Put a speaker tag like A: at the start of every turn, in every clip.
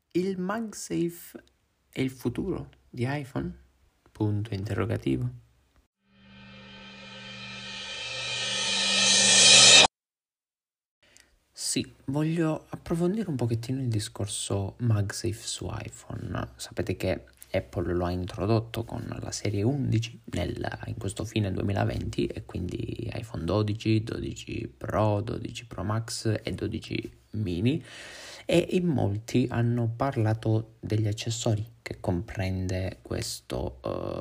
A: Il MagSafe è il futuro di iPhone? Punto interrogativo. Sì, voglio approfondire un pochettino il discorso MagSafe su iPhone. Sapete che Apple lo ha introdotto con la serie 11 in questo fine 2020 e quindi iPhone 12, 12 Pro, 12 Pro Max e 12 mini, e in molti hanno parlato degli accessori che comprende questo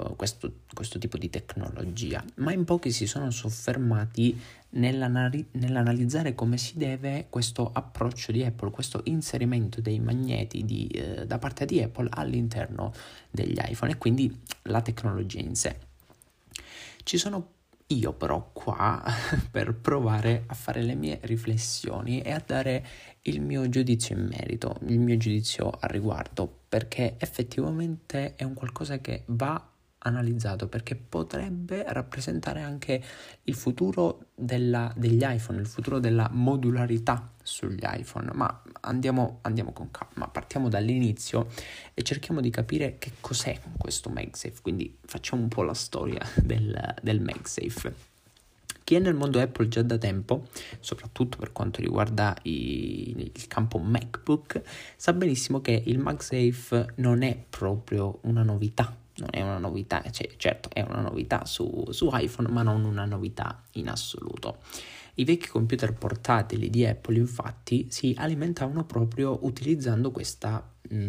A: tipo di tecnologia, ma in pochi si sono soffermati nell'analizzare come si deve questo approccio di Apple, questo inserimento dei magneti da parte di Apple all'interno degli iPhone e quindi la tecnologia in sé. Ci sono io però qua per provare a fare le mie riflessioni e a dare il mio giudizio in merito, il mio giudizio al riguardo, perché effettivamente è un qualcosa che va analizzato, perché potrebbe rappresentare anche il futuro degli iPhone, il futuro della modularità sugli iPhone. Ma andiamo con calma, partiamo dall'inizio e cerchiamo di capire che cos'è questo MagSafe, quindi facciamo un po' la storia del MagSafe. Chi è nel mondo Apple già da tempo, soprattutto per quanto riguarda il campo MacBook, sa benissimo che il MagSafe non è proprio una novità. Non è una novità, cioè, certo è una novità su iPhone, ma non una novità in assoluto. I vecchi computer portatili di Apple infatti si alimentavano proprio utilizzando questa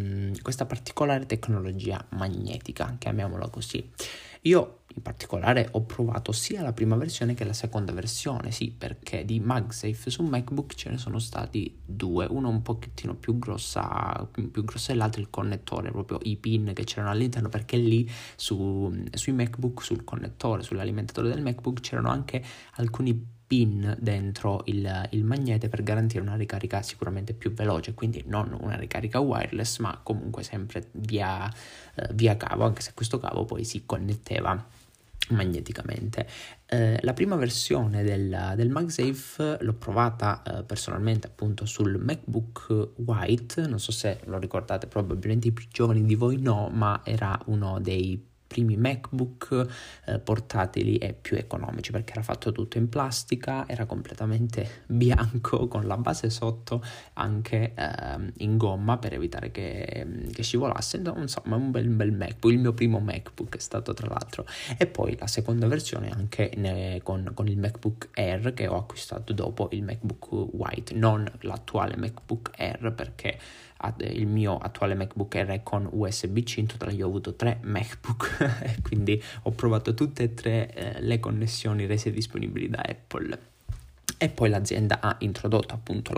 A: particolare tecnologia magnetica, chiamiamola così. Io in particolare ho provato sia la prima versione che la seconda versione, sì, perché di MagSafe su MacBook ce ne sono stati due, uno un pochettino più grossa e l'altro il connettore, proprio i pin che c'erano all'interno, perché lì sui MacBook, sul connettore, sull'alimentatore del MacBook c'erano anche alcuni pin dentro il magnete per garantire una ricarica sicuramente più veloce, quindi non una ricarica wireless, ma comunque sempre via cavo, anche se questo cavo poi si connetteva magneticamente. La prima versione del MagSafe l'ho provata personalmente appunto sul MacBook White, non so se lo ricordate, probabilmente i più giovani di voi no, ma era uno dei primi MacBook portatili e più economici, perché era fatto tutto in plastica, era completamente bianco con la base sotto anche in gomma per evitare che scivolasse. Insomma, un bel MacBook, il mio primo MacBook è stato tra l'altro. E poi la seconda versione anche con il MacBook Air che ho acquistato dopo il MacBook White, non l'attuale MacBook Air, perché il mio attuale MacBook Air è con USB-C. In totale io ho avuto 3 MacBook e quindi ho provato tutte e tre le connessioni rese disponibili da Apple. E poi l'azienda ha introdotto appunto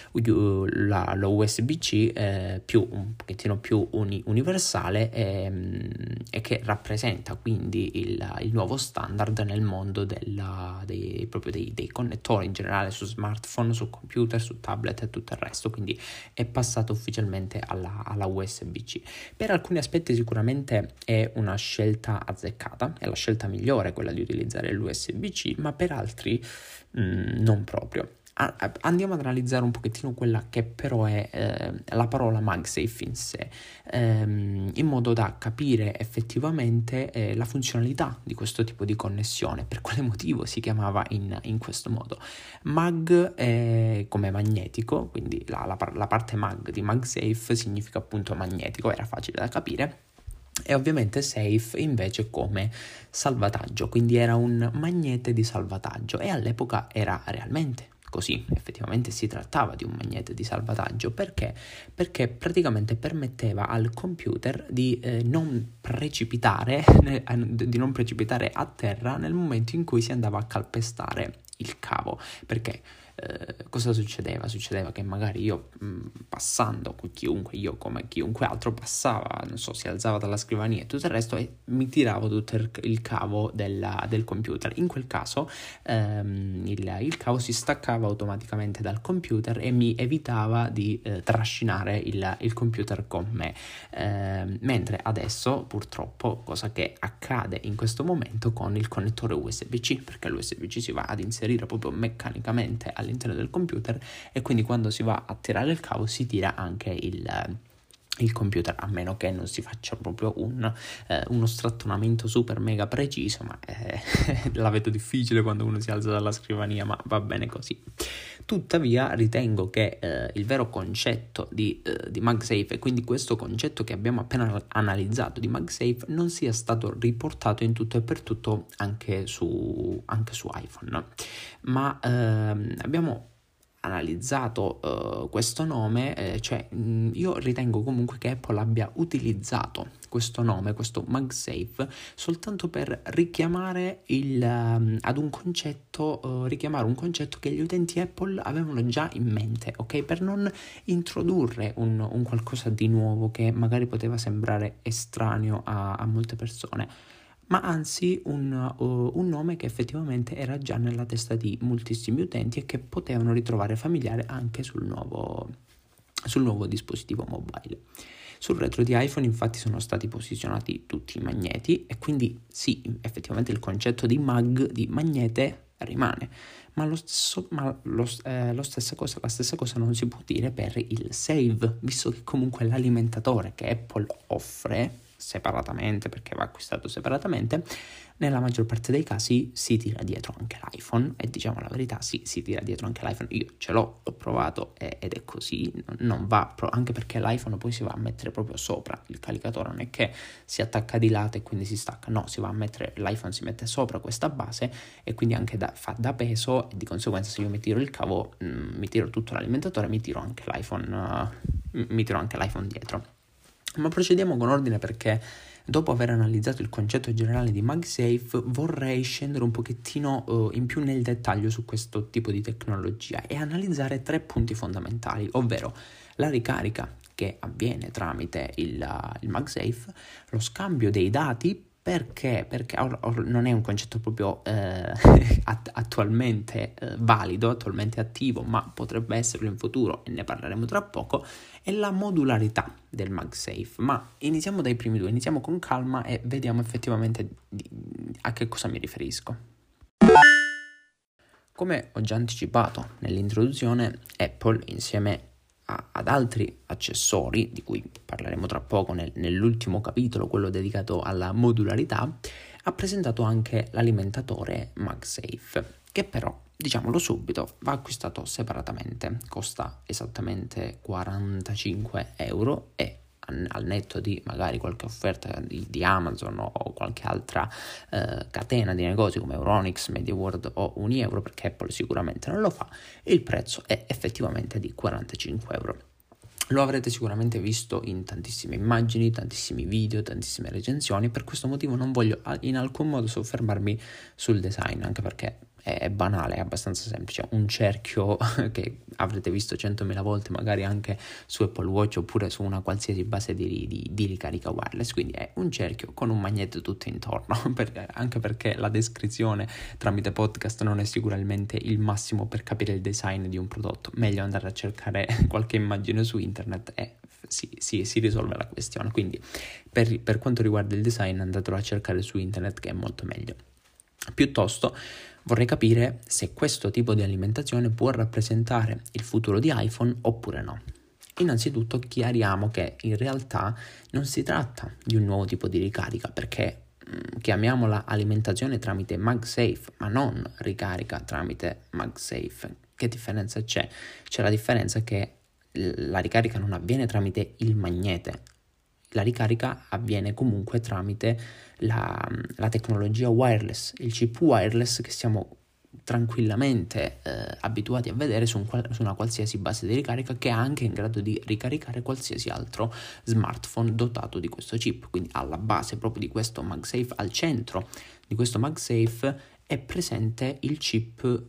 A: lo USB-C un pochettino più universale e che rappresenta quindi il nuovo standard nel mondo dei connettori in generale su smartphone, su computer, su tablet e tutto il resto. Quindi è passato ufficialmente alla USB-C. Per alcuni aspetti sicuramente è una scelta azzeccata, è la scelta migliore quella di utilizzare l'USB-C, ma per altri non proprio. Andiamo ad analizzare un pochettino quella che però è la parola MagSafe in sé, in modo da capire effettivamente la funzionalità di questo tipo di connessione, per quale motivo si chiamava in questo modo. Mag è come magnetico, quindi la parte mag di MagSafe significa appunto magnetico, era facile da capire. E ovviamente safe invece come salvataggio, quindi era un magnete di salvataggio, e all'epoca era realmente così, effettivamente si trattava di un magnete di salvataggio. Perché praticamente permetteva al computer di non precipitare a terra nel momento in cui si andava a calpestare il cavo. Perché cosa succedeva? Succedeva che magari io passando, io come chiunque altro passava, non so, si alzava dalla scrivania e tutto il resto, e mi tiravo tutto il cavo del computer. In quel caso il cavo si staccava automaticamente dal computer e mi evitava di trascinare il computer con me, mentre adesso purtroppo, cosa che accade in questo momento con il connettore USB-C, perché l'USB-C si va ad inserire proprio meccanicamente all'interno del computer, e quindi quando si va a tirare il cavo si tira anche il computer, a meno che non si faccia proprio uno strattonamento super mega preciso, ma la vedo difficile quando uno si alza dalla scrivania, ma va bene così. Tuttavia ritengo che il vero concetto di MagSafe, e quindi questo concetto che abbiamo appena analizzato di MagSafe, non sia stato riportato in tutto e per tutto anche su iPhone, ma abbiamo analizzato questo nome, io ritengo comunque che Apple abbia utilizzato questo nome, questo MagSafe, soltanto per richiamare ad un concetto, richiamare un concetto che gli utenti Apple avevano già in mente, ok? Per non introdurre un qualcosa di nuovo che magari poteva sembrare estraneo a molte persone, ma anzi un nome che effettivamente era già nella testa di moltissimi utenti e che potevano ritrovare familiare anche sul nuovo dispositivo mobile. Sul retro di iPhone infatti sono stati posizionati tutti i magneti e quindi sì, effettivamente il concetto di magnete rimane, ma la stessa cosa non si può dire per il Save, visto che comunque l'alimentatore che Apple offre separatamente, perché va acquistato separatamente, nella maggior parte dei casi si tira dietro anche l'iPhone, e diciamo la verità, sì, si tira dietro anche l'iPhone. Io ce l'ho provato ed è così, non va, anche perché l'iPhone poi si va a mettere proprio sopra il caricatore, non è che si attacca di lato e quindi si stacca, no, si va a mettere, l'iPhone si mette sopra questa base e quindi anche fa da peso, e di conseguenza se io mi tiro il cavo, mi tiro tutto l'alimentatore, mi tiro anche l'iPhone dietro. Ma procediamo con ordine, perché dopo aver analizzato il concetto generale di MagSafe vorrei scendere un pochettino in più nel dettaglio su questo tipo di tecnologia e analizzare 3 punti fondamentali, ovvero la ricarica che avviene tramite il MagSafe, lo scambio dei dati, perché non è un concetto proprio attualmente valido, attualmente attivo, ma potrebbe esserlo in futuro e ne parleremo tra poco, e la modularità del MagSafe. Ma iniziamo dai primi due, iniziamo con calma e vediamo effettivamente a che cosa mi riferisco. Come ho già anticipato nell'introduzione, Apple, insieme ad altri accessori, di cui parleremo tra poco nell'ultimo capitolo, quello dedicato alla modularità, ha presentato anche l'alimentatore MagSafe, che però, diciamolo subito, va acquistato separatamente, costa esattamente 45 euro e al netto di magari qualche offerta di Amazon o qualche altra catena di negozi come Euronics, MediaWorld o Unieuro, perché Apple sicuramente non lo fa, il prezzo è effettivamente di 45 euro. Lo avrete sicuramente visto in tantissime immagini, tantissimi video, tantissime recensioni, per questo motivo non voglio in alcun modo soffermarmi sul design, anche perché è banale, è abbastanza semplice, un cerchio che avrete visto 100.000 volte magari anche su Apple Watch oppure su una qualsiasi base di ricarica wireless, quindi è un cerchio con un magnete tutto intorno, anche perché la descrizione tramite podcast non è sicuramente il massimo per capire il design di un prodotto, meglio andare a cercare qualche immagine su internet e si risolve la questione. Quindi per quanto riguarda il design, andatelo a cercare su internet, che è molto meglio. Piuttosto vorrei capire se questo tipo di alimentazione può rappresentare il futuro di iPhone oppure no. Innanzitutto chiariamo che in realtà non si tratta di un nuovo tipo di ricarica, perché chiamiamola alimentazione tramite MagSafe, ma non ricarica tramite MagSafe. Che differenza c'è? C'è la differenza che la ricarica non avviene tramite il magnete, la ricarica avviene comunque tramite la tecnologia wireless, il chip wireless che siamo tranquillamente abituati a vedere su una qualsiasi base di ricarica, che è anche in grado di ricaricare qualsiasi altro smartphone dotato di questo chip. Quindi alla base proprio di questo MagSafe, al centro di questo MagSafe, è presente il chip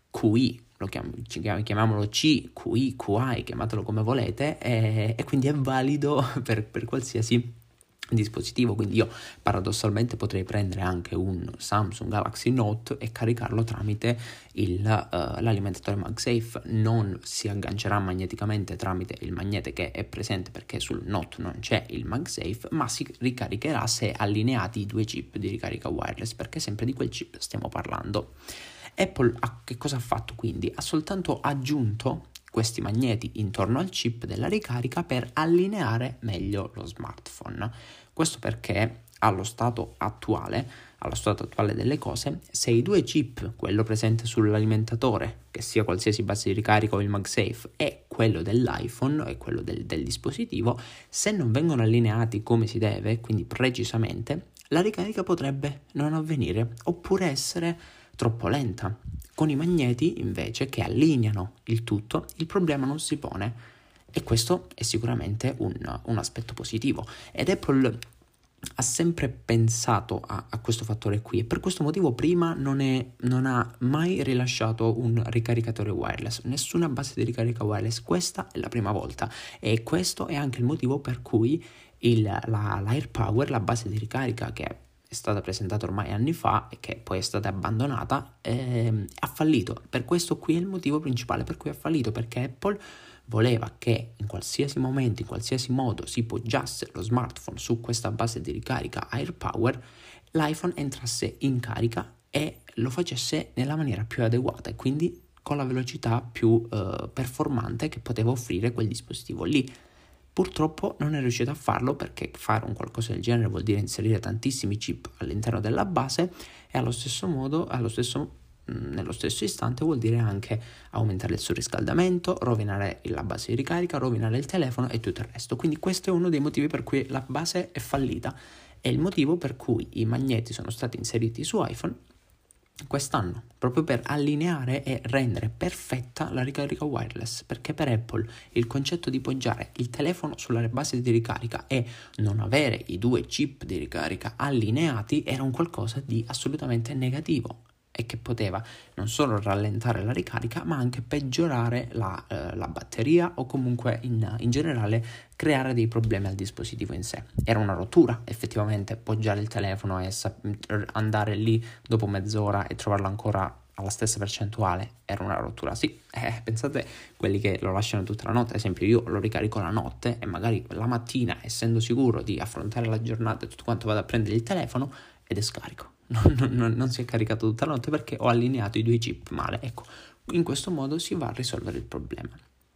A: QI, chiamiamolo C, QI, QI, chiamatelo come volete, e quindi è valido per qualsiasi dispositivo. Quindi io paradossalmente potrei prendere anche un Samsung Galaxy Note e caricarlo tramite l'alimentatore MagSafe. Non si aggancerà magneticamente tramite il magnete che è presente, perché sul Note non c'è il MagSafe, ma si ricaricherà se allineati i 2 chip di ricarica wireless, perché sempre di quel chip stiamo parlando. Apple che cosa ha fatto quindi? Ha soltanto aggiunto questi magneti intorno al chip della ricarica per allineare meglio lo smartphone. Questo perché allo stato attuale delle cose, se i due chip, quello presente sull'alimentatore, che sia qualsiasi base di ricarica o il MagSafe, e quello dell'iPhone e quello del dispositivo, se non vengono allineati come si deve, quindi precisamente, la ricarica potrebbe non avvenire oppure essere troppo lenta. Con i magneti, invece, che allineano il tutto, il problema non si pone, e questo è sicuramente un aspetto positivo. Ed Apple ha sempre pensato a questo fattore qui, e per questo motivo prima non ha mai rilasciato un ricaricatore wireless, nessuna base di ricarica wireless. Questa è la prima volta, e questo è anche il motivo per cui l'AirPower, la base di ricarica che è stata presentata ormai anni fa e che poi è stata abbandonata, ha fallito. Per questo qui è il motivo principale per cui ha fallito, perché Apple voleva che in qualsiasi momento, in qualsiasi modo si poggiasse lo smartphone su questa base di ricarica AirPower, l'iPhone entrasse in carica e lo facesse nella maniera più adeguata, e quindi con la velocità più performante che poteva offrire quel dispositivo lì. Purtroppo non è riuscito a farlo, perché fare un qualcosa del genere vuol dire inserire tantissimi chip all'interno della base, e nello stesso istante vuol dire anche aumentare il surriscaldamento, rovinare la base di ricarica, rovinare il telefono e tutto il resto. Quindi questo è uno dei motivi per cui la base è fallita, è il motivo per cui i magneti sono stati inseriti su iPhone quest'anno, proprio per allineare e rendere perfetta la ricarica wireless, perché per Apple il concetto di poggiare il telefono sulla base di ricarica e non avere i due chip di ricarica allineati era un qualcosa di assolutamente negativo, e che poteva non solo rallentare la ricarica, ma anche peggiorare la batteria, o comunque in generale creare dei problemi al dispositivo in sé. Era una rottura effettivamente poggiare il telefono e andare lì dopo mezz'ora e trovarlo ancora alla stessa percentuale. Era una rottura, sì. Pensate quelli che lo lasciano tutta la notte. Ad esempio, io lo ricarico la notte e magari la mattina, essendo sicuro di affrontare la giornata e tutto quanto, vado a prendere il telefono ed è scarico. Non si è caricato tutta la notte perché ho allineato i due chip male. Ecco, in questo modo si va a risolvere il problema.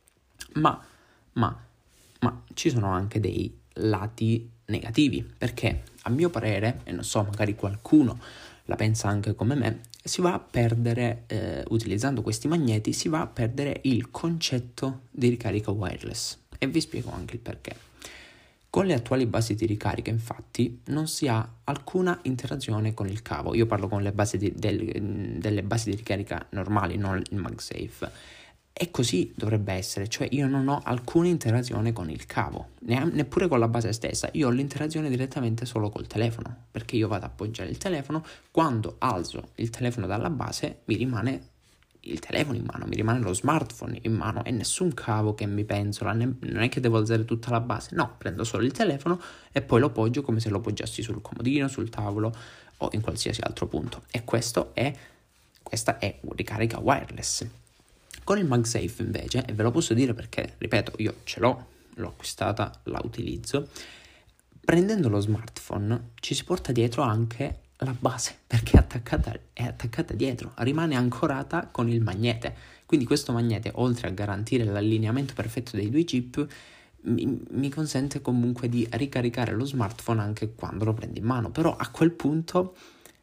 A: Ma ci sono anche dei lati negativi, perché a mio parere, e non so, magari qualcuno la pensa anche come me, si va a perdere, utilizzando questi magneti, si va a perdere il concetto di ricarica wireless, e vi spiego anche il perché. Con le attuali basi di ricarica, infatti, non si ha alcuna interazione con il cavo. Io parlo con le basi delle basi di ricarica normali, non il MagSafe. E così dovrebbe essere, cioè io non ho alcuna interazione con il cavo, neppure con la base stessa. Io ho l'interazione direttamente solo col telefono, perché io vado ad appoggiare il telefono, quando alzo il telefono dalla base mi rimane il telefono in mano, mi rimane lo smartphone in mano, e nessun cavo che mi penzola, non è che devo alzare tutta la base, no, prendo solo il telefono e poi lo poggio come se lo poggiassi sul comodino, sul tavolo o in qualsiasi altro punto. E questa è ricarica wireless. Con il MagSafe invece, e ve lo posso dire perché, ripeto, io ce l'ho acquistata, la utilizzo, prendendo lo smartphone ci si porta dietro anche la base, perché è attaccata dietro, rimane ancorata con il magnete. Quindi questo magnete, oltre a garantire l'allineamento perfetto dei due chip, mi consente comunque di ricaricare lo smartphone anche quando lo prendo in mano. Però a quel punto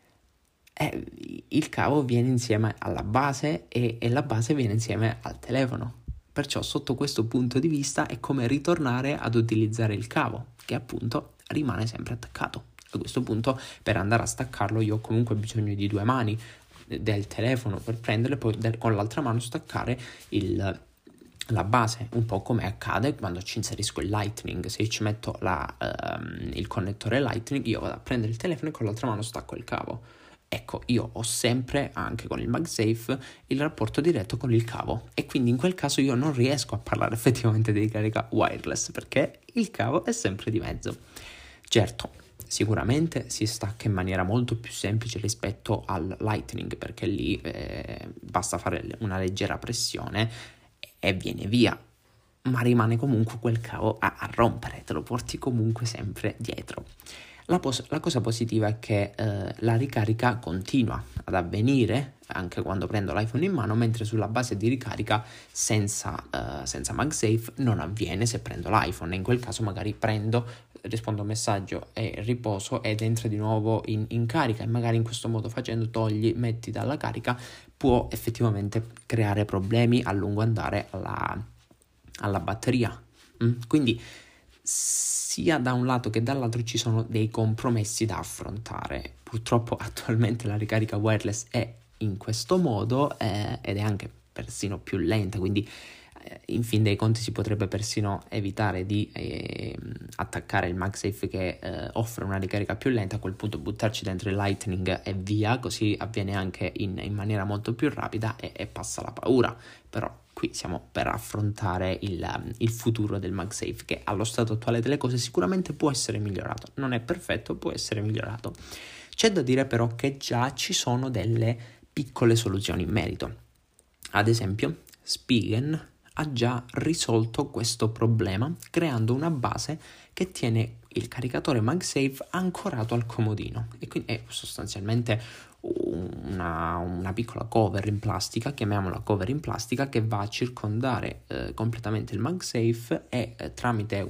A: il cavo viene insieme alla base e la base viene insieme al telefono. Perciò sotto questo punto di vista è come ritornare ad utilizzare il cavo, che appunto rimane sempre attaccato. A questo punto, per andare a staccarlo, io ho comunque bisogno di due mani del telefono per prenderlo e poi con l'altra mano staccare la base, un po' come accade quando ci inserisco il Lightning. Se io ci metto il connettore Lightning, io vado a prendere il telefono e con l'altra mano stacco il cavo. Ecco, io ho sempre, anche con il MagSafe, il rapporto diretto con il cavo, e quindi in quel caso io non riesco a parlare effettivamente di ricarica wireless, perché il cavo è sempre di mezzo. Certo, sicuramente si stacca in maniera molto più semplice rispetto al Lightning, perché lì basta fare una leggera pressione e viene via, ma rimane comunque quel cavo a rompere, te lo porti comunque sempre dietro. La cosa positiva è che la ricarica continua ad avvenire anche quando prendo l'iPhone in mano, mentre sulla base di ricarica senza MagSafe non avviene se prendo l'iPhone. In quel caso magari rispondo a un messaggio e riposo ed entra di nuovo in carica, e magari in questo modo facendo metti dalla carica, può effettivamente creare problemi a lungo andare alla batteria. Quindi sia da un lato che dall'altro ci sono dei compromessi da affrontare. Purtroppo attualmente la ricarica wireless è in questo modo ed è anche persino più lenta, quindi in fin dei conti si potrebbe persino evitare di attaccare il MagSafe che offre una ricarica più lenta. A quel punto buttarci dentro il Lightning e via, così avviene anche in maniera molto più rapida e passa la paura. Però qui siamo per affrontare il futuro del MagSafe, che allo stato attuale delle cose sicuramente può essere migliorato. Non è perfetto, può essere migliorato. C'è da dire però che già ci sono delle piccole soluzioni in merito. Ad esempio, Spigen ha già risolto questo problema creando una base che tiene il caricatore MagSafe ancorato al comodino, e quindi è sostanzialmente una piccola cover in plastica, chiamiamola cover in plastica, che va a circondare completamente il MagSafe e tramite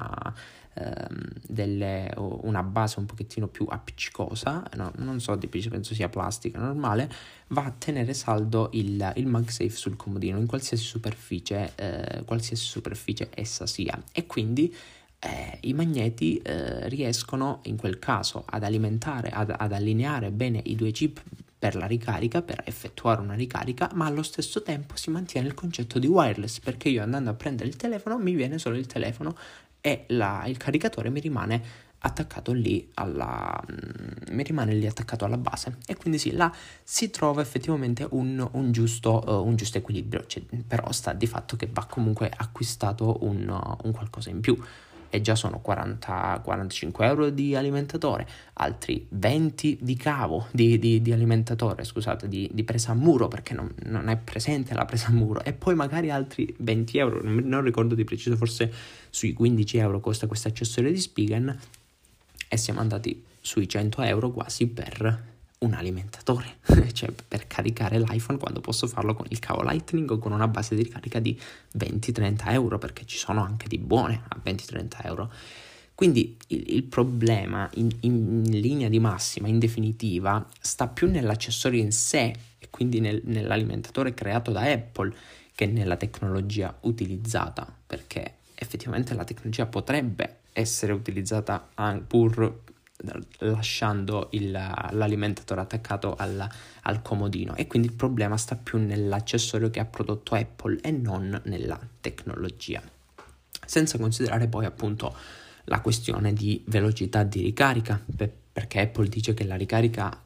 A: una base un pochettino più appiccicosa, non so di preciso, penso sia plastica normale, va a tenere saldo il MagSafe sul comodino in qualsiasi superficie essa sia, e quindi i magneti riescono in quel caso ad allineare bene i due chip per la ricarica, per effettuare una ricarica, ma allo stesso tempo si mantiene il concetto di wireless, perché io andando a prendere il telefono mi viene solo il telefono e il caricatore mi rimane attaccato lì attaccato alla base, e quindi sì, là si trova effettivamente un giusto equilibrio. Però sta di fatto che va comunque acquistato un qualcosa in più, e già sono 40-45 euro di alimentatore, altri 20 di cavo di alimentatore, scusate, di presa a muro, perché non è presente la presa a muro, e poi magari altri 20 euro, non ricordo di preciso, forse sui 15 euro costa questo accessorio di Spigen, e siamo andati sui 100 euro quasi per un alimentatore, cioè per caricare l'iPhone, quando posso farlo con il cavo Lightning o con una base di ricarica di 20-30 euro, perché ci sono anche di buone a 20-30 euro. Quindi il problema in linea di massima, in definitiva, sta più nell'accessorio in sé, e quindi nell'alimentatore creato da Apple, che nella tecnologia utilizzata, perché effettivamente la tecnologia potrebbe essere utilizzata pur lasciando l'alimentatore attaccato al comodino, e quindi il problema sta più nell'accessorio che ha prodotto Apple e non nella tecnologia, senza considerare poi appunto la questione di velocità di ricarica, perché Apple dice che la ricarica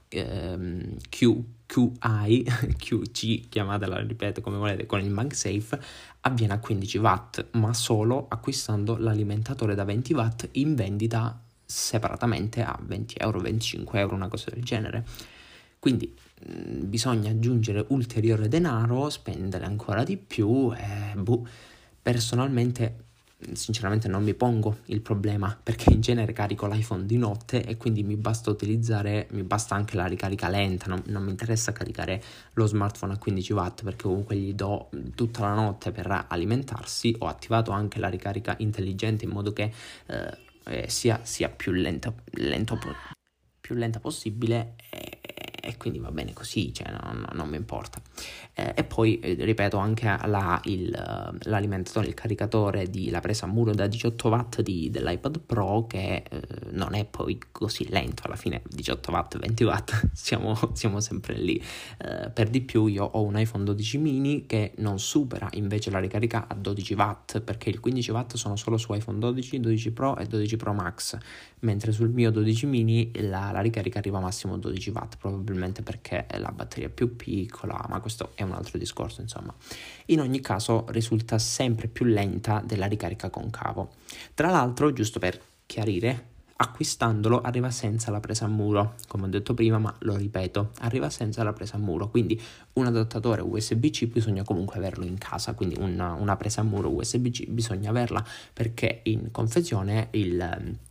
A: QC, chiamatela, ripeto come volete, con il MagSafe avviene a 15 watt, ma solo acquistando l'alimentatore da 20 watt in vendita separatamente a 20 euro, 25 euro, una cosa del genere. Quindi bisogna aggiungere ulteriore denaro, spendere ancora di più, personalmente sinceramente non mi pongo il problema, perché in genere carico l'iPhone di notte e quindi mi basta anche la ricarica lenta, non mi interessa caricare lo smartphone a 15 watt, perché comunque gli do tutta la notte per alimentarsi. Ho attivato anche la ricarica intelligente in modo che sia più lenta possibile, e quindi va bene così, cioè non mi importa. E poi ripeto, anche l'alimentatore, il caricatore la presa a muro da 18 watt dell'iPad Pro, che non è poi così lento, alla fine 18 watt, 20 watt siamo sempre lì. Per di più io ho un iPhone 12 mini che non supera invece la ricarica a 12 watt, perché il 15 watt sono solo su iPhone 12, 12 Pro e 12 Pro Max, mentre sul mio 12 mini la ricarica arriva massimo a 12 watt, probabilmente perché la batteria è più piccola, ma questo è un altro discorso, insomma. In ogni caso risulta sempre più lenta della ricarica con cavo. Tra l'altro, giusto per chiarire, acquistandolo arriva senza la presa a muro, come ho detto prima, ma lo ripeto, arriva senza la presa a muro, quindi un adattatore USB-C bisogna comunque averlo in casa, quindi una presa a muro USB-C bisogna averla, perché in confezione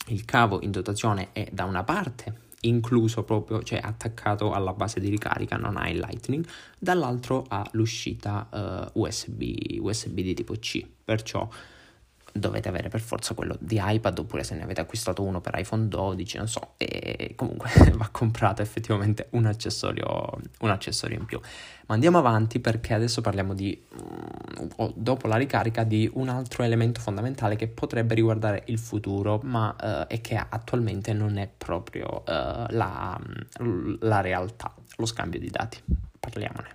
A: il cavo in dotazione è da una parte incluso proprio, cioè attaccato alla base di ricarica, non ha il Lightning, dall'altro ha l'uscita USB di tipo C, perciò dovete avere per forza quello di iPad, oppure se ne avete acquistato uno per iPhone 12, non so, e comunque va comprato effettivamente un accessorio in più. Ma andiamo avanti, perché adesso parliamo dopo la ricarica, di un altro elemento fondamentale che potrebbe riguardare il futuro, ma e che attualmente non è proprio la realtà, lo scambio di dati. Parliamone.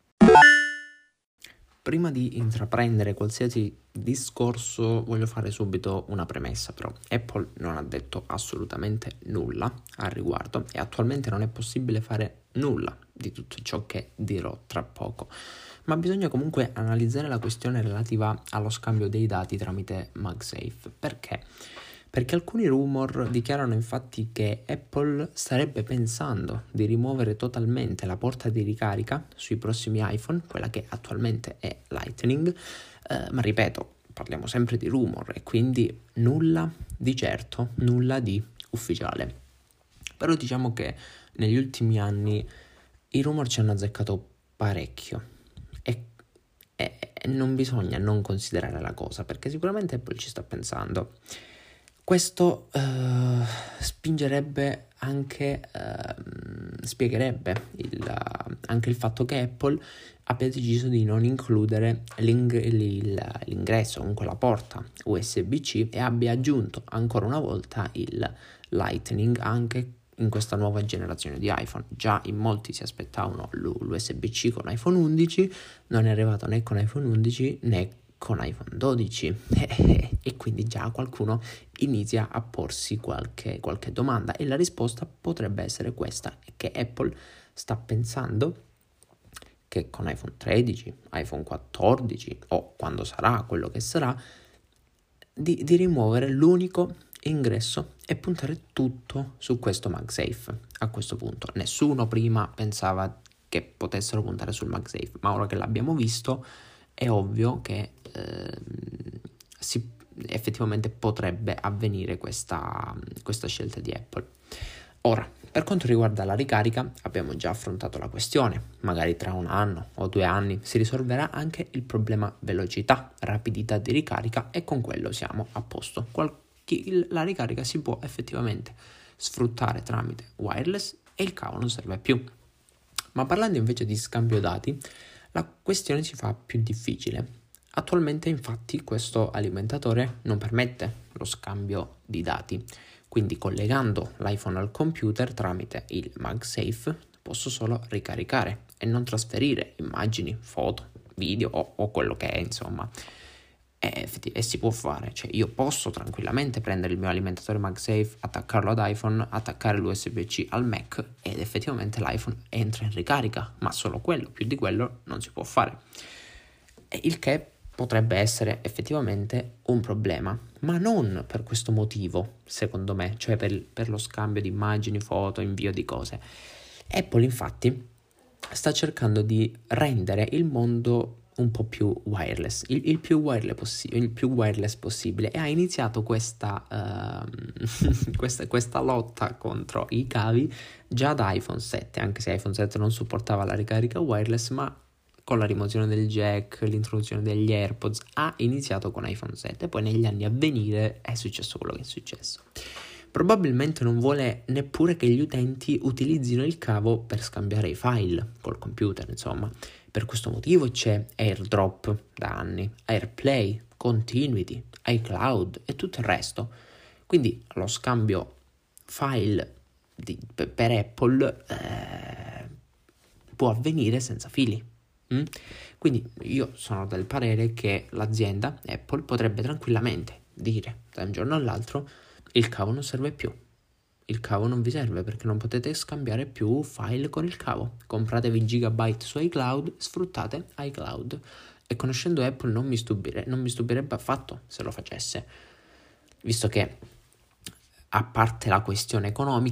A: Prima di intraprendere qualsiasi discorso voglio fare subito una premessa, però Apple non ha detto assolutamente nulla al riguardo e attualmente non è possibile fare nulla di tutto ciò che dirò tra poco, ma bisogna comunque analizzare la questione relativa allo scambio dei dati tramite MagSafe. Perché alcuni rumor dichiarano infatti che Apple starebbe pensando di rimuovere totalmente la porta di ricarica sui prossimi iPhone, quella che attualmente è Lightning, ma ripeto, parliamo sempre di rumor e quindi nulla di certo, nulla di ufficiale. Però diciamo che negli ultimi anni i rumor ci hanno azzeccato parecchio e non bisogna non considerare la cosa, perché sicuramente Apple ci sta pensando. Questo spingerebbe anche, spiegherebbe anche il fatto che Apple abbia deciso di non includere l'ingresso, comunque la porta USB-C, e abbia aggiunto ancora una volta il Lightning anche in questa nuova generazione di iPhone. Già in molti si aspettavano l'USB-C con iPhone 11, non è arrivato né con iPhone 11 né con iPhone 12 e quindi già qualcuno inizia a porsi qualche domanda, e la risposta potrebbe essere questa, che Apple sta pensando che con iPhone 13, iPhone 14 o quando sarà quello che sarà, di rimuovere l'unico ingresso e puntare tutto su questo MagSafe. A questo punto nessuno prima pensava che potessero puntare sul MagSafe, ma ora che l'abbiamo visto è ovvio che effettivamente potrebbe avvenire questa scelta di Apple. Ora, per quanto riguarda la ricarica, abbiamo già affrontato la questione. Magari tra 1 anno o 2 anni si risolverà anche il problema velocità, rapidità di ricarica, e con quello siamo a posto. La ricarica si può effettivamente sfruttare tramite wireless e il cavo non serve più. Ma parlando invece di scambio dati, la questione si fa più difficile. Attualmente infatti questo alimentatore non permette lo scambio di dati, quindi collegando l'iPhone al computer tramite il MagSafe posso solo ricaricare e non trasferire immagini, foto, video o quello che è, insomma. E si può fare, cioè io posso tranquillamente prendere il mio alimentatore MagSafe, attaccarlo ad iPhone, attaccare l'USB-C al Mac ed effettivamente l'iPhone entra in ricarica, ma solo quello, più di quello non si può fare. Il che potrebbe essere effettivamente un problema, ma non per questo motivo, secondo me, cioè per lo scambio di immagini, foto, invio di cose. Apple infatti sta cercando di rendere il mondo un po' più wireless, il più wireless possibile, e ha iniziato questa lotta contro i cavi già da iPhone 7, anche se iPhone 7 non supportava la ricarica wireless, ma con la rimozione del jack, l'introduzione degli AirPods, ha iniziato con iPhone 7, poi negli anni a venire è successo quello che è successo. Probabilmente non vuole neppure che gli utenti utilizzino il cavo per scambiare i file col computer, insomma. Per questo motivo c'è AirDrop da anni, AirPlay, Continuity, iCloud e tutto il resto. Quindi lo scambio file per Apple può avvenire senza fili. Quindi io sono del parere che l'azienda Apple potrebbe tranquillamente dire da un giorno all'altro: il cavo non serve più, il cavo non vi serve perché non potete scambiare più file con il cavo, compratevi gigabyte su iCloud, sfruttate iCloud. E conoscendo Apple non mi stupirebbe affatto se lo facesse, visto che, a parte la questione economica,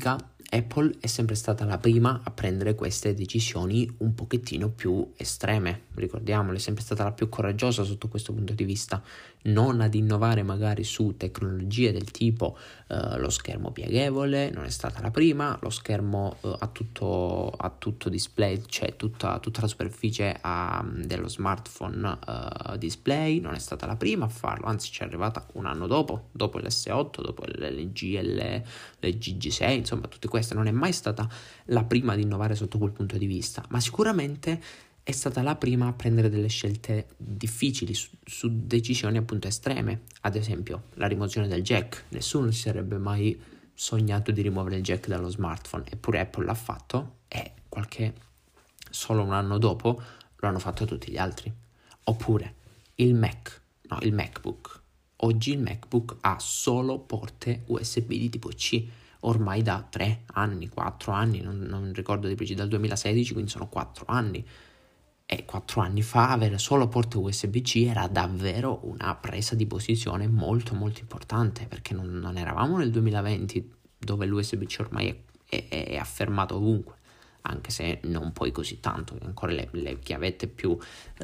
A: Apple è sempre stata la prima a prendere queste decisioni un pochettino più estreme, ricordiamolo, è sempre stata la più coraggiosa sotto questo punto di vista, non ad innovare magari su tecnologie del tipo lo schermo pieghevole, non è stata la prima, lo schermo a tutto display, cioè tutta la superficie dello smartphone display, non è stata la prima a farlo, anzi ci è arrivata un anno dopo l'S8, dopo l'LG, l'LG G6, insomma tutte queste, non è mai stata la prima ad innovare sotto quel punto di vista, ma sicuramente è stata la prima a prendere delle scelte difficili su decisioni appunto estreme, ad esempio la rimozione del jack. Nessuno si sarebbe mai sognato di rimuovere il jack dallo smartphone, eppure Apple l'ha fatto e solo un anno dopo lo hanno fatto tutti gli altri. Oppure il MacBook. Oggi il MacBook ha solo porte USB di tipo C, ormai da 3 anni, 4 anni, non ricordo di preciso, dal 2016, quindi sono 4 anni. E 4 anni fa avere solo porte USB-C era davvero una presa di posizione molto molto importante, perché non eravamo nel 2020 dove l'USB-C ormai è affermato ovunque, anche se non poi così tanto, ancora le chiavette più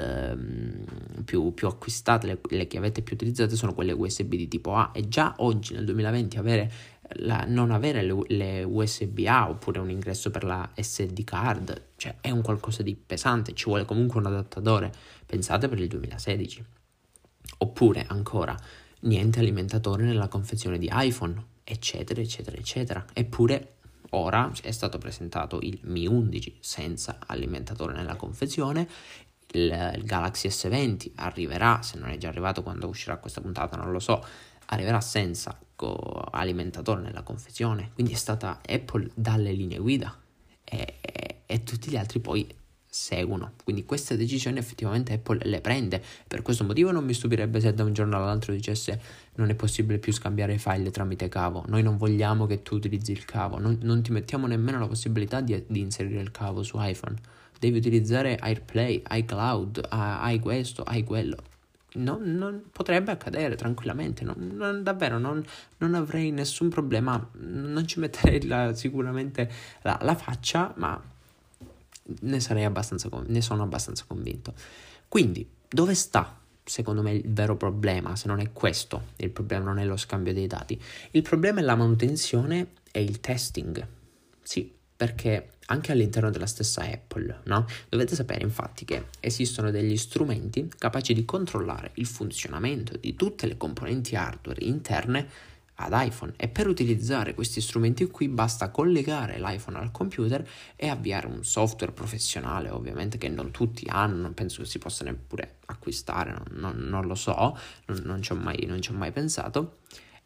A: acquistate, le chiavette più utilizzate sono quelle USB di tipo A, e già oggi nel 2020 non avere le USB-A oppure un ingresso per la SD card, cioè è un qualcosa di pesante, ci vuole comunque un adattatore, pensate per il 2016. Oppure ancora niente alimentatore nella confezione di iPhone, eccetera eccetera eccetera. Eppure ora è stato presentato il Mi 11 senza alimentatore nella confezione, il Galaxy S20 arriverà, se non è già arrivato quando uscirà questa puntata non lo so, arriverà senza alimentatore nella confezione. Quindi è stata Apple dalle linee guida e tutti gli altri poi seguono. Quindi queste decisioni effettivamente Apple le prende. Per questo motivo non mi stupirebbe se da un giorno all'altro dicesse non è possibile più scambiare i file tramite cavo, noi non vogliamo che tu utilizzi il cavo, non ti mettiamo nemmeno la possibilità di inserire il cavo su iPhone, devi utilizzare AirPlay, iCloud, hai questo, hai quello. Non potrebbe accadere tranquillamente, davvero non avrei nessun problema, non ci metterei sicuramente la faccia, ma ne sono abbastanza convinto. Quindi dove sta secondo me il vero problema? Se non è questo, il problema non è lo scambio dei dati, il problema è la manutenzione e il testing. Sì, perché anche all'interno della stessa Apple, no? Dovete sapere infatti che esistono degli strumenti capaci di controllare il funzionamento di tutte le componenti hardware interne ad iPhone, e per utilizzare questi strumenti qui basta collegare l'iPhone al computer e avviare un software professionale, ovviamente, che non tutti hanno, non penso che si possa neppure acquistare, non lo so, non ci ho mai pensato.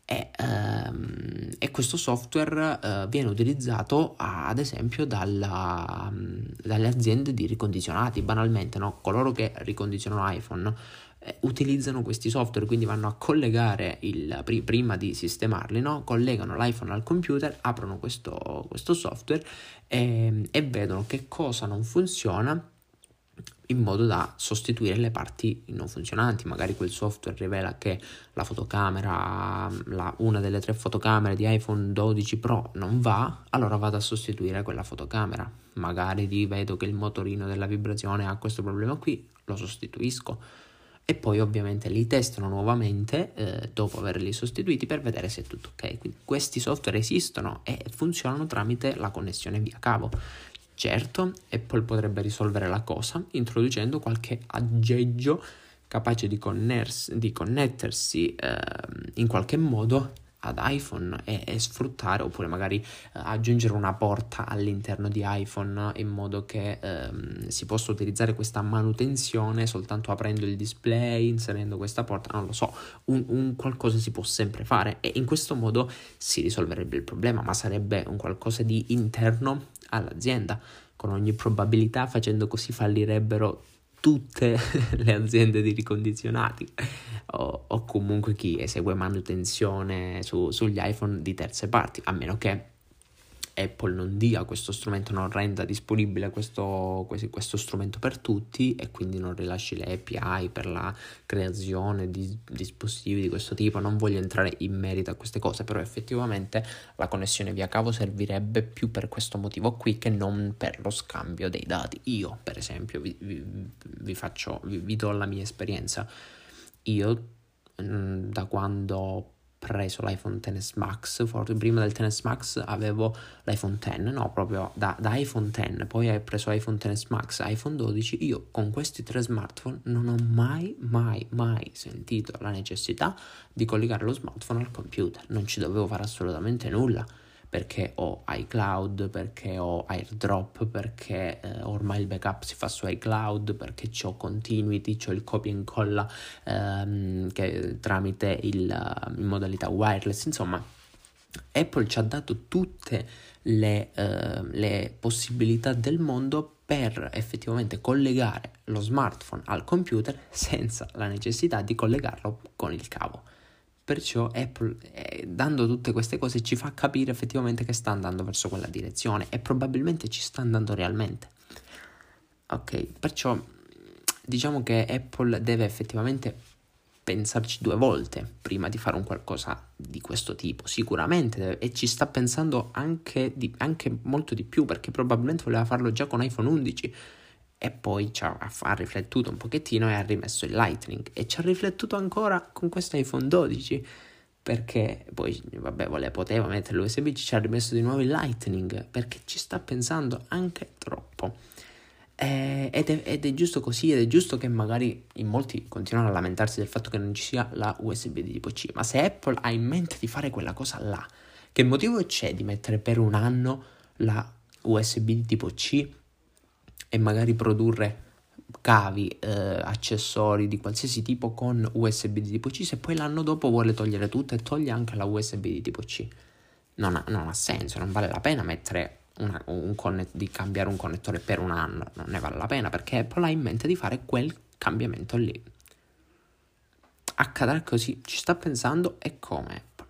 A: E questo software viene utilizzato ad esempio dalle aziende di ricondizionati, banalmente, no? Coloro che ricondizionano iPhone utilizzano questi software, quindi vanno a collegare prima di sistemarli, no? Collegano l'iPhone al computer, aprono questo software e vedono che cosa non funziona, in modo da sostituire le parti non funzionanti. Magari quel software rivela che la fotocamera, una delle 3 fotocamere di iPhone 12 Pro non va, allora vado a sostituire quella fotocamera. Magari vedo che il motorino della vibrazione ha questo problema qui, lo sostituisco. E poi ovviamente li testano nuovamente dopo averli sostituiti per vedere se è tutto ok. Quindi questi software esistono e funzionano tramite la connessione via cavo. Certo, Apple potrebbe risolvere la cosa introducendo qualche aggeggio capace di connettersi in qualche modo ad iPhone e sfruttare, oppure magari aggiungere una porta all'interno di iPhone in modo che si possa utilizzare questa manutenzione soltanto aprendo il display, inserendo questa porta, non lo so, un qualcosa si può sempre fare, e in questo modo si risolverebbe il problema, ma sarebbe un qualcosa di interno all'azienda. Con ogni probabilità, facendo così, fallirebbero tutte le aziende di ricondizionati o comunque chi esegue manutenzione sugli iPhone di terze parti, a meno che Apple non dia questo strumento, non renda disponibile questo strumento per tutti e quindi non rilasci le API per la creazione di dispositivi di questo tipo. Non voglio entrare in merito a queste cose, però effettivamente la connessione via cavo servirebbe più per questo motivo qui che non per lo scambio dei dati. Io per esempio vi do la mia esperienza. Io da quando ho preso l'iPhone XS Max, forse prima del XS Max avevo l'iPhone X, no, proprio da iPhone X, poi ho preso iPhone XS Max, iPhone 12, io con questi 3 smartphone non ho mai sentito la necessità di collegare lo smartphone al computer, non ci dovevo fare assolutamente nulla, perché ho iCloud, perché ho AirDrop, perché ormai il backup si fa su iCloud, perché c'ho Continuity, c'ho il copia e incolla che tramite in modalità wireless. Insomma, Apple ci ha dato tutte le possibilità del mondo per effettivamente collegare lo smartphone al computer senza la necessità di collegarlo con il cavo. Perciò Apple, dando tutte queste cose, ci fa capire effettivamente che sta andando verso quella direzione e probabilmente ci sta andando realmente. Ok, perciò diciamo che Apple deve effettivamente pensarci 2 volte prima di fare un qualcosa di questo tipo, sicuramente, e ci sta pensando anche molto di più, perché probabilmente voleva farlo già con iPhone 11 e poi ha riflettuto un pochettino e ha rimesso il Lightning e ci ha riflettuto ancora con questo iPhone 12, perché poi poteva mettere l'USB, ci ha rimesso di nuovo il Lightning, perché ci sta pensando anche troppo. Ed è giusto così, ed è giusto che magari in molti continuano a lamentarsi del fatto che non ci sia la USB di tipo C, ma se Apple ha in mente di fare quella cosa là, che motivo c'è di mettere per un anno la USB di tipo C e magari produrre cavi, accessori di qualsiasi tipo con USB di tipo C, se poi l'anno dopo vuole togliere tutto e toglie anche la USB di tipo C? Non ha senso, non vale la pena mettere di cambiare un connettore per un anno, non ne vale la pena, perché Apple ha in mente di fare quel cambiamento lì. Accadrà così, ci sta pensando, e come Apple.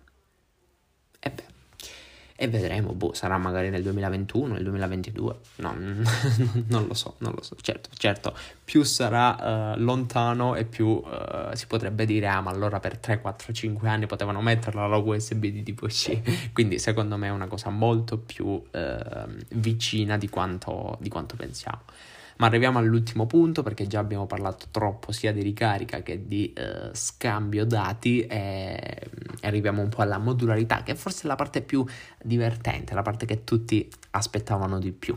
A: E vedremo, sarà magari nel 2021, nel 2022, no, non lo so, certo, più sarà lontano e più si potrebbe dire, ma allora per 3, 4, 5 anni potevano metterla la USB di tipo C, quindi secondo me è una cosa molto più vicina di quanto pensiamo. Ma arriviamo all'ultimo punto, perché già abbiamo parlato troppo sia di ricarica che di scambio dati, e arriviamo un po' alla modularità, che forse è la parte più divertente, la parte che tutti aspettavano di più.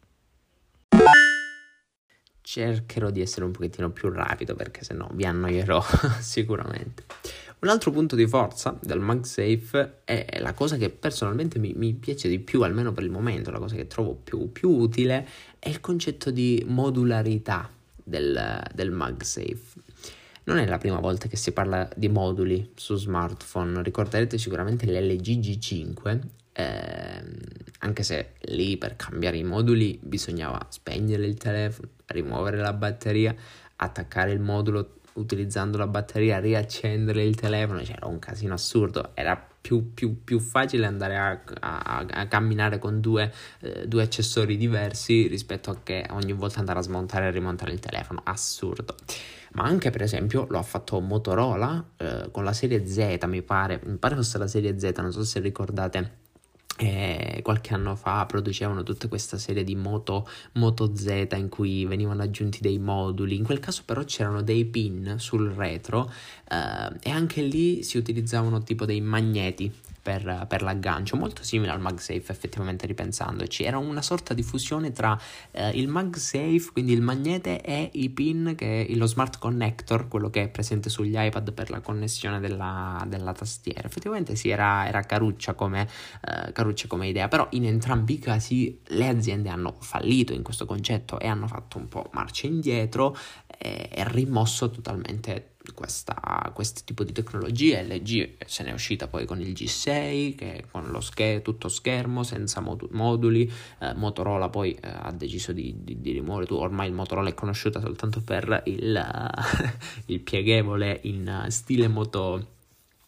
A: Cercherò di essere un pochettino più rapido, perché sennò vi annoierò sicuramente. Un altro punto di forza del MagSafe è la cosa che personalmente mi piace di più, almeno per il momento, la cosa che trovo più utile, è il concetto di modularità del MagSafe. Non è la prima volta che si parla di moduli su smartphone, ricorderete sicuramente l'LG G5, anche se lì per cambiare i moduli bisognava spegnere il telefono, rimuovere la batteria, attaccare il modulo utilizzando la batteria, riaccendere il telefono, c'era un casino assurdo, era più facile andare a camminare con due accessori diversi rispetto a che ogni volta andare a smontare e rimontare il telefono, assurdo. Ma anche per esempio lo ha fatto Motorola con la serie Z, mi pare fosse la serie Z, non so se ricordate. Qualche anno fa producevano tutta questa serie di Moto Z in cui venivano aggiunti dei moduli. In quel caso però c'erano dei pin sul retro e anche lì si utilizzavano tipo dei magneti per l'aggancio, molto simile al MagSafe effettivamente, ripensandoci. Era una sorta di fusione tra il MagSafe, quindi il magnete, e i pin, che è lo Smart Connector, quello che è presente sugli iPad per la connessione della tastiera. Effettivamente sì, era caruccia come idea, però in entrambi i casi le aziende hanno fallito in questo concetto e hanno fatto un po' marcia indietro e rimosso totalmente questo tipo di tecnologie. LG se n'è uscita poi con il G6, che con tutto schermo senza moduli. Motorola poi ha deciso di rimuovere. Ormai il Motorola è conosciuta soltanto per il pieghevole in stile Moto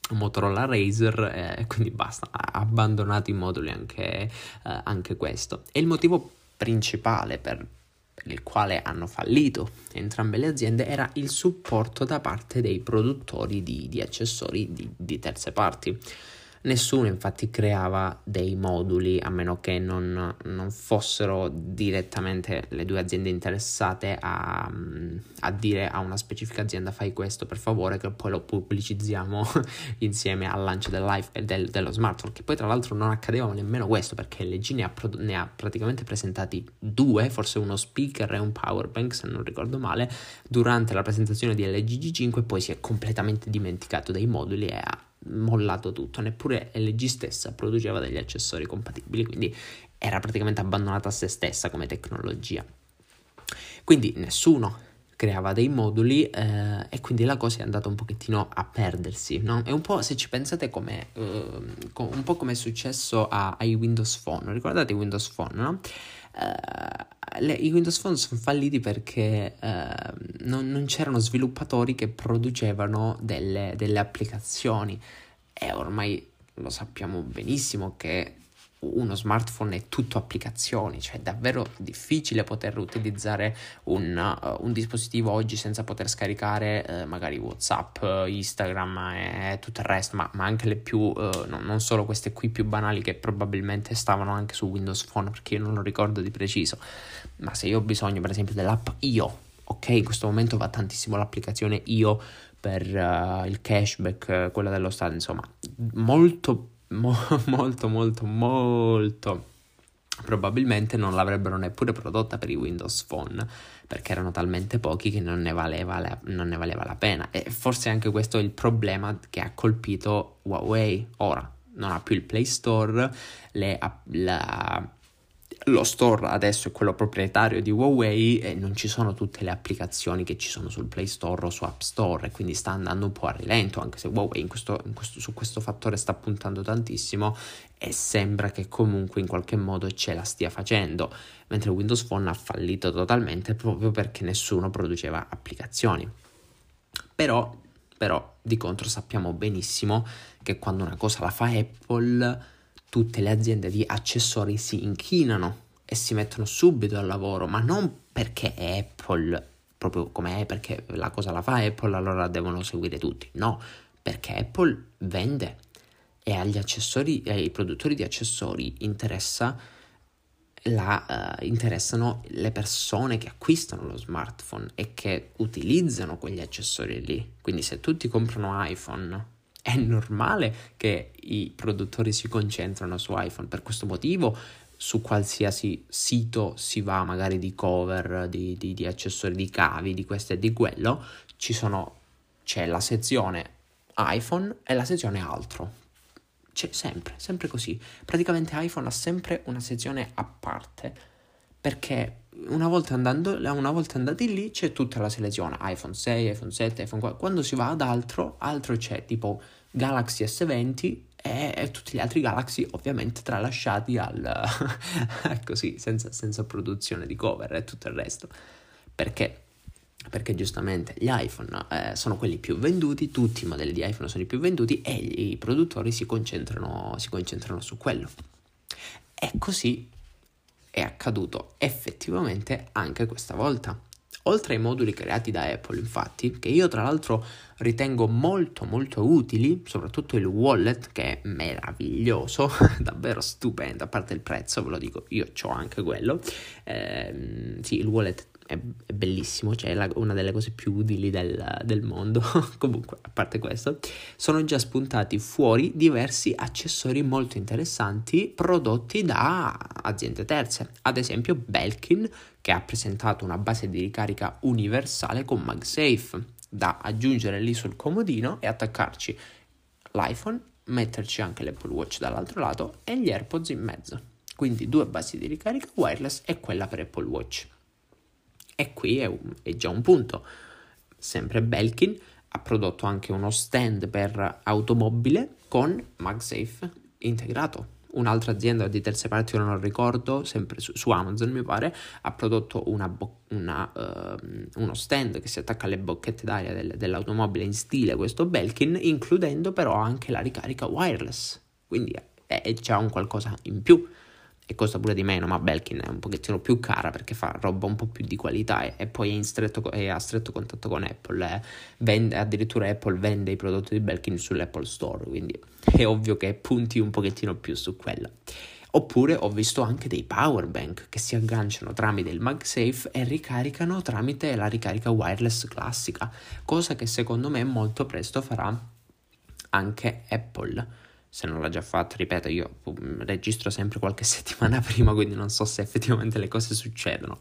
A: Motorola Razr, quindi basta, ha abbandonato i moduli anche questo. E il motivo principale per il quale hanno fallito entrambe le aziende era il supporto da parte dei produttori di accessori di terze parti. Nessuno infatti creava dei moduli, a meno che non fossero direttamente le due aziende interessate a dire a una specifica azienda: fai questo per favore, che poi lo pubblicizziamo insieme al lancio dello smartphone, che poi tra l'altro non accadeva nemmeno questo, perché LG ne ha praticamente presentati due, forse uno speaker e un power bank se non ricordo male, durante la presentazione di LG G5, e poi si è completamente dimenticato dei moduli e ha mollato tutto. Neppure LG stessa produceva degli accessori compatibili, quindi era praticamente abbandonata a se stessa come tecnologia. Quindi nessuno creava dei moduli, e quindi la cosa è andata un pochettino a perdersi, no? È un po', se ci pensate, un po' come è successo ai Windows Phone. Ricordate i Windows Phone, no? I Windows Phone sono falliti perché non c'erano sviluppatori che producevano delle applicazioni, e ormai lo sappiamo benissimo che uno smartphone è tutto applicazioni, cioè è davvero difficile poter utilizzare un dispositivo oggi senza poter scaricare magari WhatsApp, Instagram e tutto il resto, ma anche le più, non solo queste qui più banali, che probabilmente stavano anche su Windows Phone, perché io non lo ricordo di preciso. Ma se io ho bisogno per esempio dell'app Io, ok, in questo momento va tantissimo l'applicazione Io per il cashback, quella dello Stato, insomma, molto probabilmente non l'avrebbero neppure prodotta per i Windows Phone, perché erano talmente pochi che non ne valeva la pena. E forse anche questo è il problema che ha colpito Huawei. Ora non ha più il Play Store, lo store adesso è quello proprietario di Huawei, e non ci sono tutte le applicazioni che ci sono sul Play Store o su App Store, e quindi sta andando un po' a rilento, anche se Huawei su questo fattore sta puntando tantissimo, e sembra che comunque in qualche modo ce la stia facendo, mentre Windows Phone ha fallito totalmente proprio perché nessuno produceva applicazioni. Però di contro sappiamo benissimo che quando una cosa la fa Apple, tutte le aziende di accessori si inchinano e si mettono subito al lavoro, ma non perché è Apple, proprio come è, perché la cosa la fa Apple, allora devono seguire tutti. No, perché Apple vende, e agli accessori, ai produttori di accessori interessano le persone che acquistano lo smartphone e che utilizzano quegli accessori lì. Quindi se tutti comprano iPhone, è normale che i produttori si concentrano su iPhone. Per questo motivo su qualsiasi sito si va, magari di cover, di accessori, di cavi, di questo e di quello, c'è la sezione iPhone e la sezione altro. C'è sempre così. Praticamente iPhone ha sempre una sezione a parte, perché una volta andati lì c'è tutta la selezione iPhone 6, iPhone 7, iPhone 4. Quando si va ad altro c'è tipo Galaxy S20 e tutti gli altri Galaxy, ovviamente tralasciati così, senza produzione di cover e tutto il resto. Perché giustamente gli iPhone sono quelli più venduti, tutti i modelli di iPhone sono i più venduti, e i produttori si concentrano su quello. E così è accaduto effettivamente anche questa volta. Oltre ai moduli creati da Apple, infatti, che io tra l'altro ritengo molto molto utili, soprattutto il wallet, che è meraviglioso, davvero stupendo, a parte il prezzo, ve lo dico, io c'ho anche quello. Sì, il wallet è bellissimo, cioè è una delle cose più utili del mondo. Comunque, a parte questo, sono già spuntati fuori diversi accessori molto interessanti prodotti da aziende terze. Ad esempio Belkin, che ha presentato una base di ricarica universale con MagSafe, da aggiungere lì sul comodino e attaccarci l'iPhone, metterci anche l'Apple Watch dall'altro lato e gli AirPods in mezzo. Quindi 2 basi di ricarica wireless e quella per Apple Watch. E qui è già un punto. Sempre Belkin ha prodotto anche uno stand per automobile con MagSafe integrato. un'altra azienda di terze parti, io non ricordo, sempre su Amazon mi pare, ha prodotto uno stand che si attacca alle bocchette d'aria dell'automobile in stile questo Belkin, includendo però anche la ricarica wireless, quindi è già un qualcosa in più. E costa pure di meno, ma Belkin è un pochettino più cara perché fa roba un po' più di qualità e poi è a stretto contatto con Apple. Addirittura Apple vende i prodotti di Belkin sull'Apple Store, quindi è ovvio che punti un pochettino più su quella. Oppure ho visto anche dei power bank che si agganciano tramite il MagSafe e ricaricano tramite la ricarica wireless classica, cosa che secondo me molto presto farà anche Apple. Se non l'ha già fatto, ripeto, io registro sempre qualche settimana prima, quindi non so se effettivamente le cose succedono,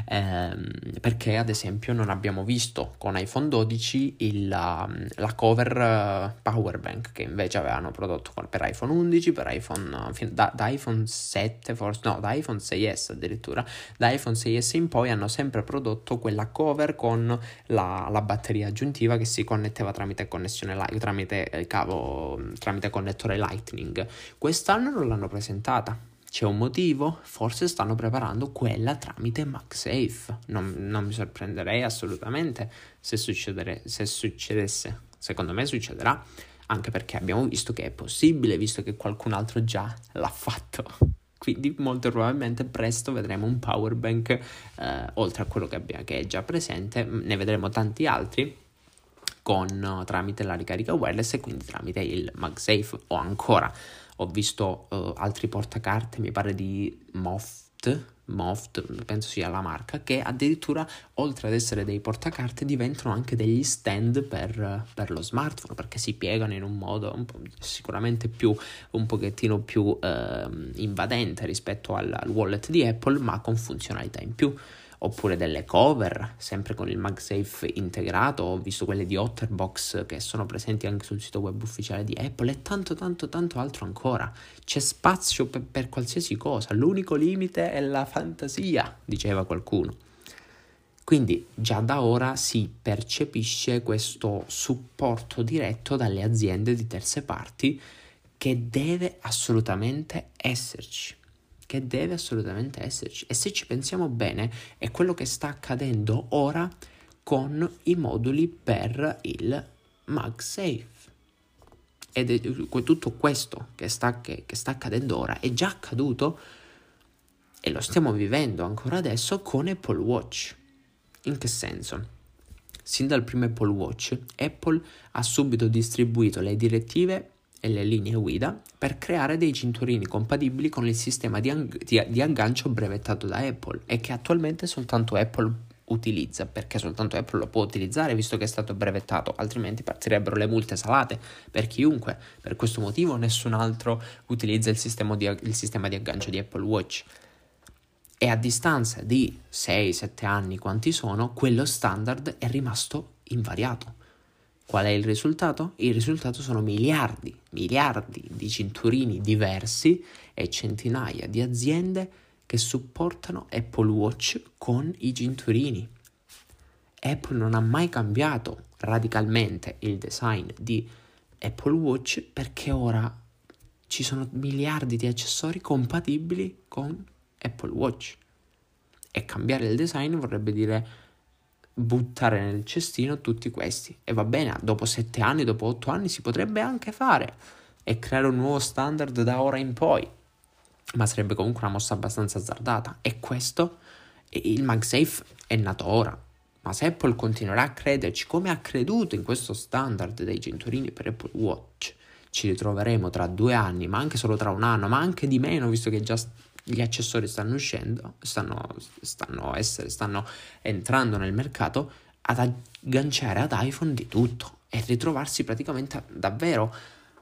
A: perché ad esempio non abbiamo visto con iPhone 12 la cover power bank che invece avevano prodotto per iPhone 11, per iPhone da iPhone 7 forse, no, da iPhone 6S addirittura, da iPhone 6S in poi hanno sempre prodotto quella cover con la batteria aggiuntiva che si connetteva tramite connessione tramite cavo, tramite connettore Lightning. Quest'anno non l'hanno presentata. C'è un motivo? Forse stanno preparando quella tramite MagSafe. Non mi sorprenderei assolutamente se succedesse. Secondo me succederà, anche perché abbiamo visto che è possibile, visto che qualcun altro già l'ha fatto. Quindi molto probabilmente presto vedremo un power bank, oltre a quello che è già presente, ne vedremo tanti altri tramite la ricarica wireless e quindi tramite il MagSafe. O ancora ho visto altri portacarte, mi pare di Moft, penso sia la marca, che addirittura oltre ad essere dei portacarte diventano anche degli stand per lo smartphone, perché si piegano in un modo sicuramente un pochettino più invadente rispetto al wallet di Apple, ma con funzionalità in più. Oppure delle cover, sempre con il MagSafe integrato. Ho visto quelle di Otterbox che sono presenti anche sul sito web ufficiale di Apple e tanto altro ancora. C'è spazio per qualsiasi cosa, l'unico limite è la fantasia, diceva qualcuno. Quindi già da ora si percepisce questo supporto diretto dalle aziende di terze parti che deve assolutamente esserci. E se ci pensiamo bene è quello che sta accadendo ora con i moduli per il MagSafe. Ed è tutto questo che sta accadendo ora è già accaduto e lo stiamo vivendo ancora adesso con Apple Watch. In che senso? Sin dal primo Apple Watch, Apple ha subito distribuito le direttive e le linee guida per creare dei cinturini compatibili con il sistema di aggancio brevettato da Apple e che attualmente soltanto Apple utilizza, perché soltanto Apple lo può utilizzare visto che è stato brevettato, altrimenti partirebbero le multe salate per chiunque. Per questo motivo nessun altro utilizza il sistema di aggancio di Apple Watch. E a distanza di 6-7 anni, quanti sono, quello standard è rimasto invariato. Qual è il risultato? Il risultato sono miliardi di cinturini diversi e centinaia di aziende che supportano Apple Watch con i cinturini. Apple non ha mai cambiato radicalmente il design di Apple Watch perché ora ci sono miliardi di accessori compatibili con Apple Watch. E cambiare il design vorrebbe dire buttare nel cestino tutti questi. E va bene, dopo 7 anni, dopo 8 anni si potrebbe anche fare e creare un nuovo standard da ora in poi, ma sarebbe comunque una mossa abbastanza azzardata. E questo, il MagSafe è nato ora, ma se Apple continuerà a crederci come ha creduto in questo standard dei cinturini per Apple Watch, ci ritroveremo tra 2 anni, ma anche solo tra un anno, ma anche di meno, visto che già gli accessori stanno uscendo, stanno entrando nel mercato, ad agganciare ad iPhone di tutto e ritrovarsi praticamente davvero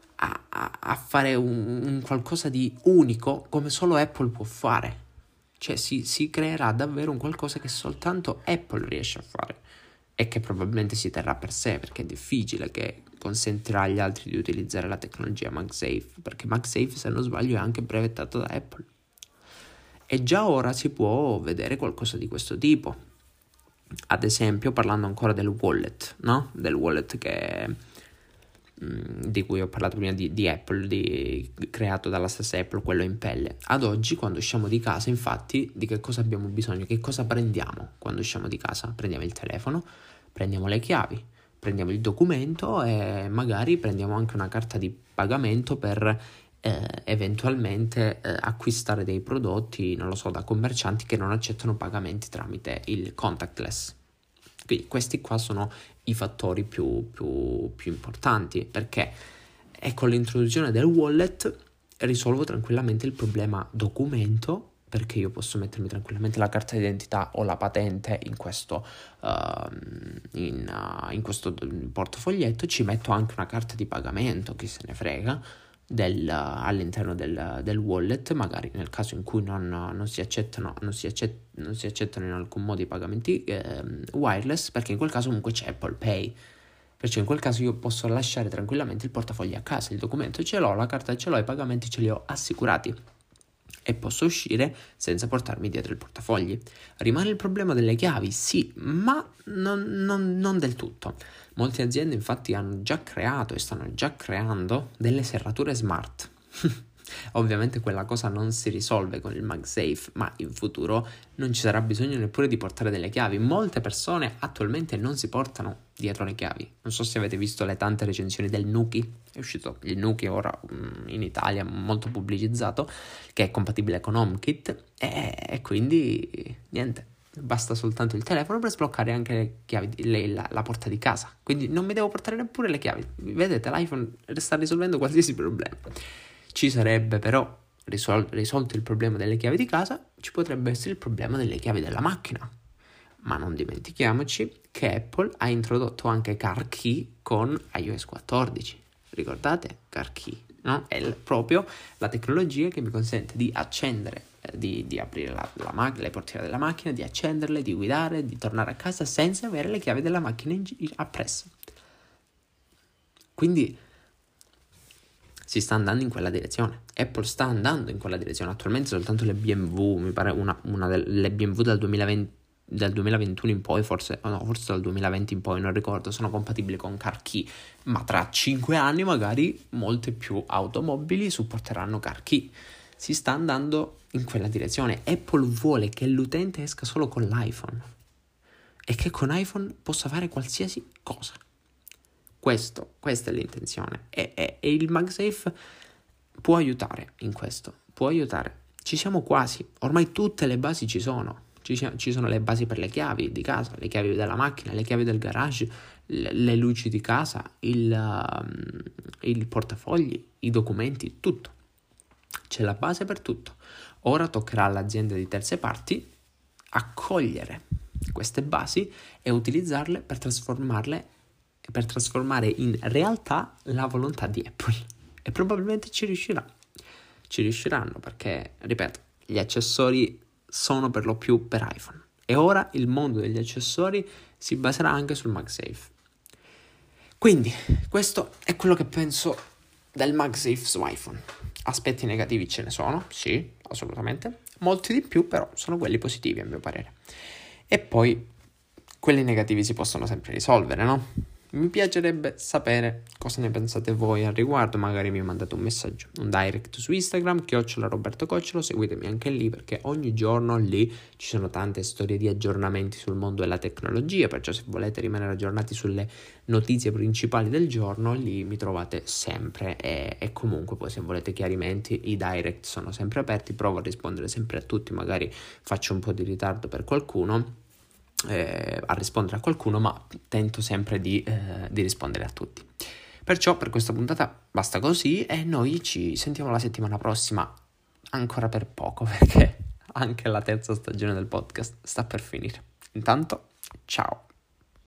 A: a fare un qualcosa di unico come solo Apple può fare. Cioè si creerà davvero un qualcosa che soltanto Apple riesce a fare e che probabilmente si terrà per sé, perché è difficile che consentirà agli altri di utilizzare la tecnologia MagSafe, perché MagSafe, se non sbaglio, è anche brevettato da Apple. E già ora si può vedere qualcosa di questo tipo. Ad esempio, parlando ancora del wallet, no? Del wallet che di cui ho parlato prima di Apple, creato dalla stessa Apple, quello in pelle. Ad oggi, quando usciamo di casa, infatti, di che cosa abbiamo bisogno? Che cosa prendiamo quando usciamo di casa? Prendiamo il telefono, prendiamo le chiavi, prendiamo il documento e magari prendiamo anche una carta di pagamento per eventualmente acquistare dei prodotti, non lo so, da commercianti che non accettano pagamenti tramite il contactless. Quindi questi qua sono i fattori più importanti, perché con l'introduzione del wallet risolvo tranquillamente il problema documento, perché io posso mettermi tranquillamente la carta d'identità o la patente in questo portafoglietto, ci metto anche una carta di pagamento, chi se ne frega, all'interno del wallet, magari nel caso in cui non si accettano in alcun modo i pagamenti wireless, perché in quel caso comunque c'è Apple Pay, perciò in quel caso io posso lasciare tranquillamente il portafoglio a casa, il documento ce l'ho, la carta ce l'ho, i pagamenti ce li ho assicurati e posso uscire senza portarmi dietro il portafogli. Rimane il problema delle chiavi, sì, ma non del tutto. Molte aziende infatti hanno già creato e stanno già creando delle serrature smart. Ovviamente quella cosa non si risolve con il MagSafe, ma in futuro non ci sarà bisogno neppure di portare delle chiavi. Molte persone attualmente non si portano dietro le chiavi. Non so se avete visto le tante recensioni del Nuki. È uscito il Nuki ora in Italia, molto pubblicizzato, che è compatibile con HomeKit e quindi niente, basta soltanto il telefono per sbloccare anche le chiavi, la porta di casa. Quindi non mi devo portare neppure le chiavi. Vedete, l'iPhone sta risolvendo qualsiasi problema. Ci sarebbe però, risolto il problema delle chiavi di casa, ci potrebbe essere il problema delle chiavi della macchina. Ma non dimentichiamoci che Apple ha introdotto anche Car Key con iOS 14. Ricordate? Car Key, no? È proprio la tecnologia che mi consente di accendere, di aprire le portiere della macchina, di accenderle, di guidare, di tornare a casa senza avere le chiavi della macchina appresso. Quindi si sta andando in quella direzione. Apple sta andando in quella direzione. Attualmente soltanto le BMW, mi pare una delle BMW dal 2021 in poi, forse dal 2020 in poi, non ricordo, sono compatibili con Car Key, ma tra 5 anni magari molte più automobili supporteranno Car Key. Si sta andando in quella direzione. Apple vuole che l'utente esca solo con l'iPhone e che con iPhone possa fare qualsiasi cosa. Questa è l'intenzione e il MagSafe può aiutare in questo, può aiutare. Ci siamo quasi, ormai tutte le basi ci sono. Ci sono le basi per le chiavi di casa, le chiavi della macchina, le chiavi del garage, le luci di casa, il portafogli, i documenti, tutto. C'è la base per tutto. Ora toccherà all'azienda di terze parti accogliere queste basi e utilizzarle per trasformare in realtà la volontà di Apple. E probabilmente ci riusciranno perché, ripeto, gli accessori sono per lo più per iPhone e ora il mondo degli accessori si baserà anche sul MagSafe. Quindi questo è quello che penso del MagSafe su iPhone. Aspetti negativi ce ne sono, sì, assolutamente, molti di più però sono quelli positivi a mio parere. E poi quelli negativi si possono sempre risolvere, no? Mi piacerebbe sapere cosa ne pensate voi al riguardo, magari mi mandate un messaggio, un direct su Instagram, @RobertoCocciolo, seguitemi anche lì perché ogni giorno lì ci sono tante storie di aggiornamenti sul mondo della tecnologia, perciò se volete rimanere aggiornati sulle notizie principali del giorno, lì mi trovate sempre e comunque poi se volete chiarimenti i direct sono sempre aperti, provo a rispondere sempre a tutti, magari faccio un po' di ritardo per qualcuno, a rispondere a qualcuno, ma tento sempre di rispondere a tutti. Perciò per questa puntata basta così e noi ci sentiamo la settimana prossima, ancora per poco perché anche la terza stagione del podcast sta per finire. Intanto ciao.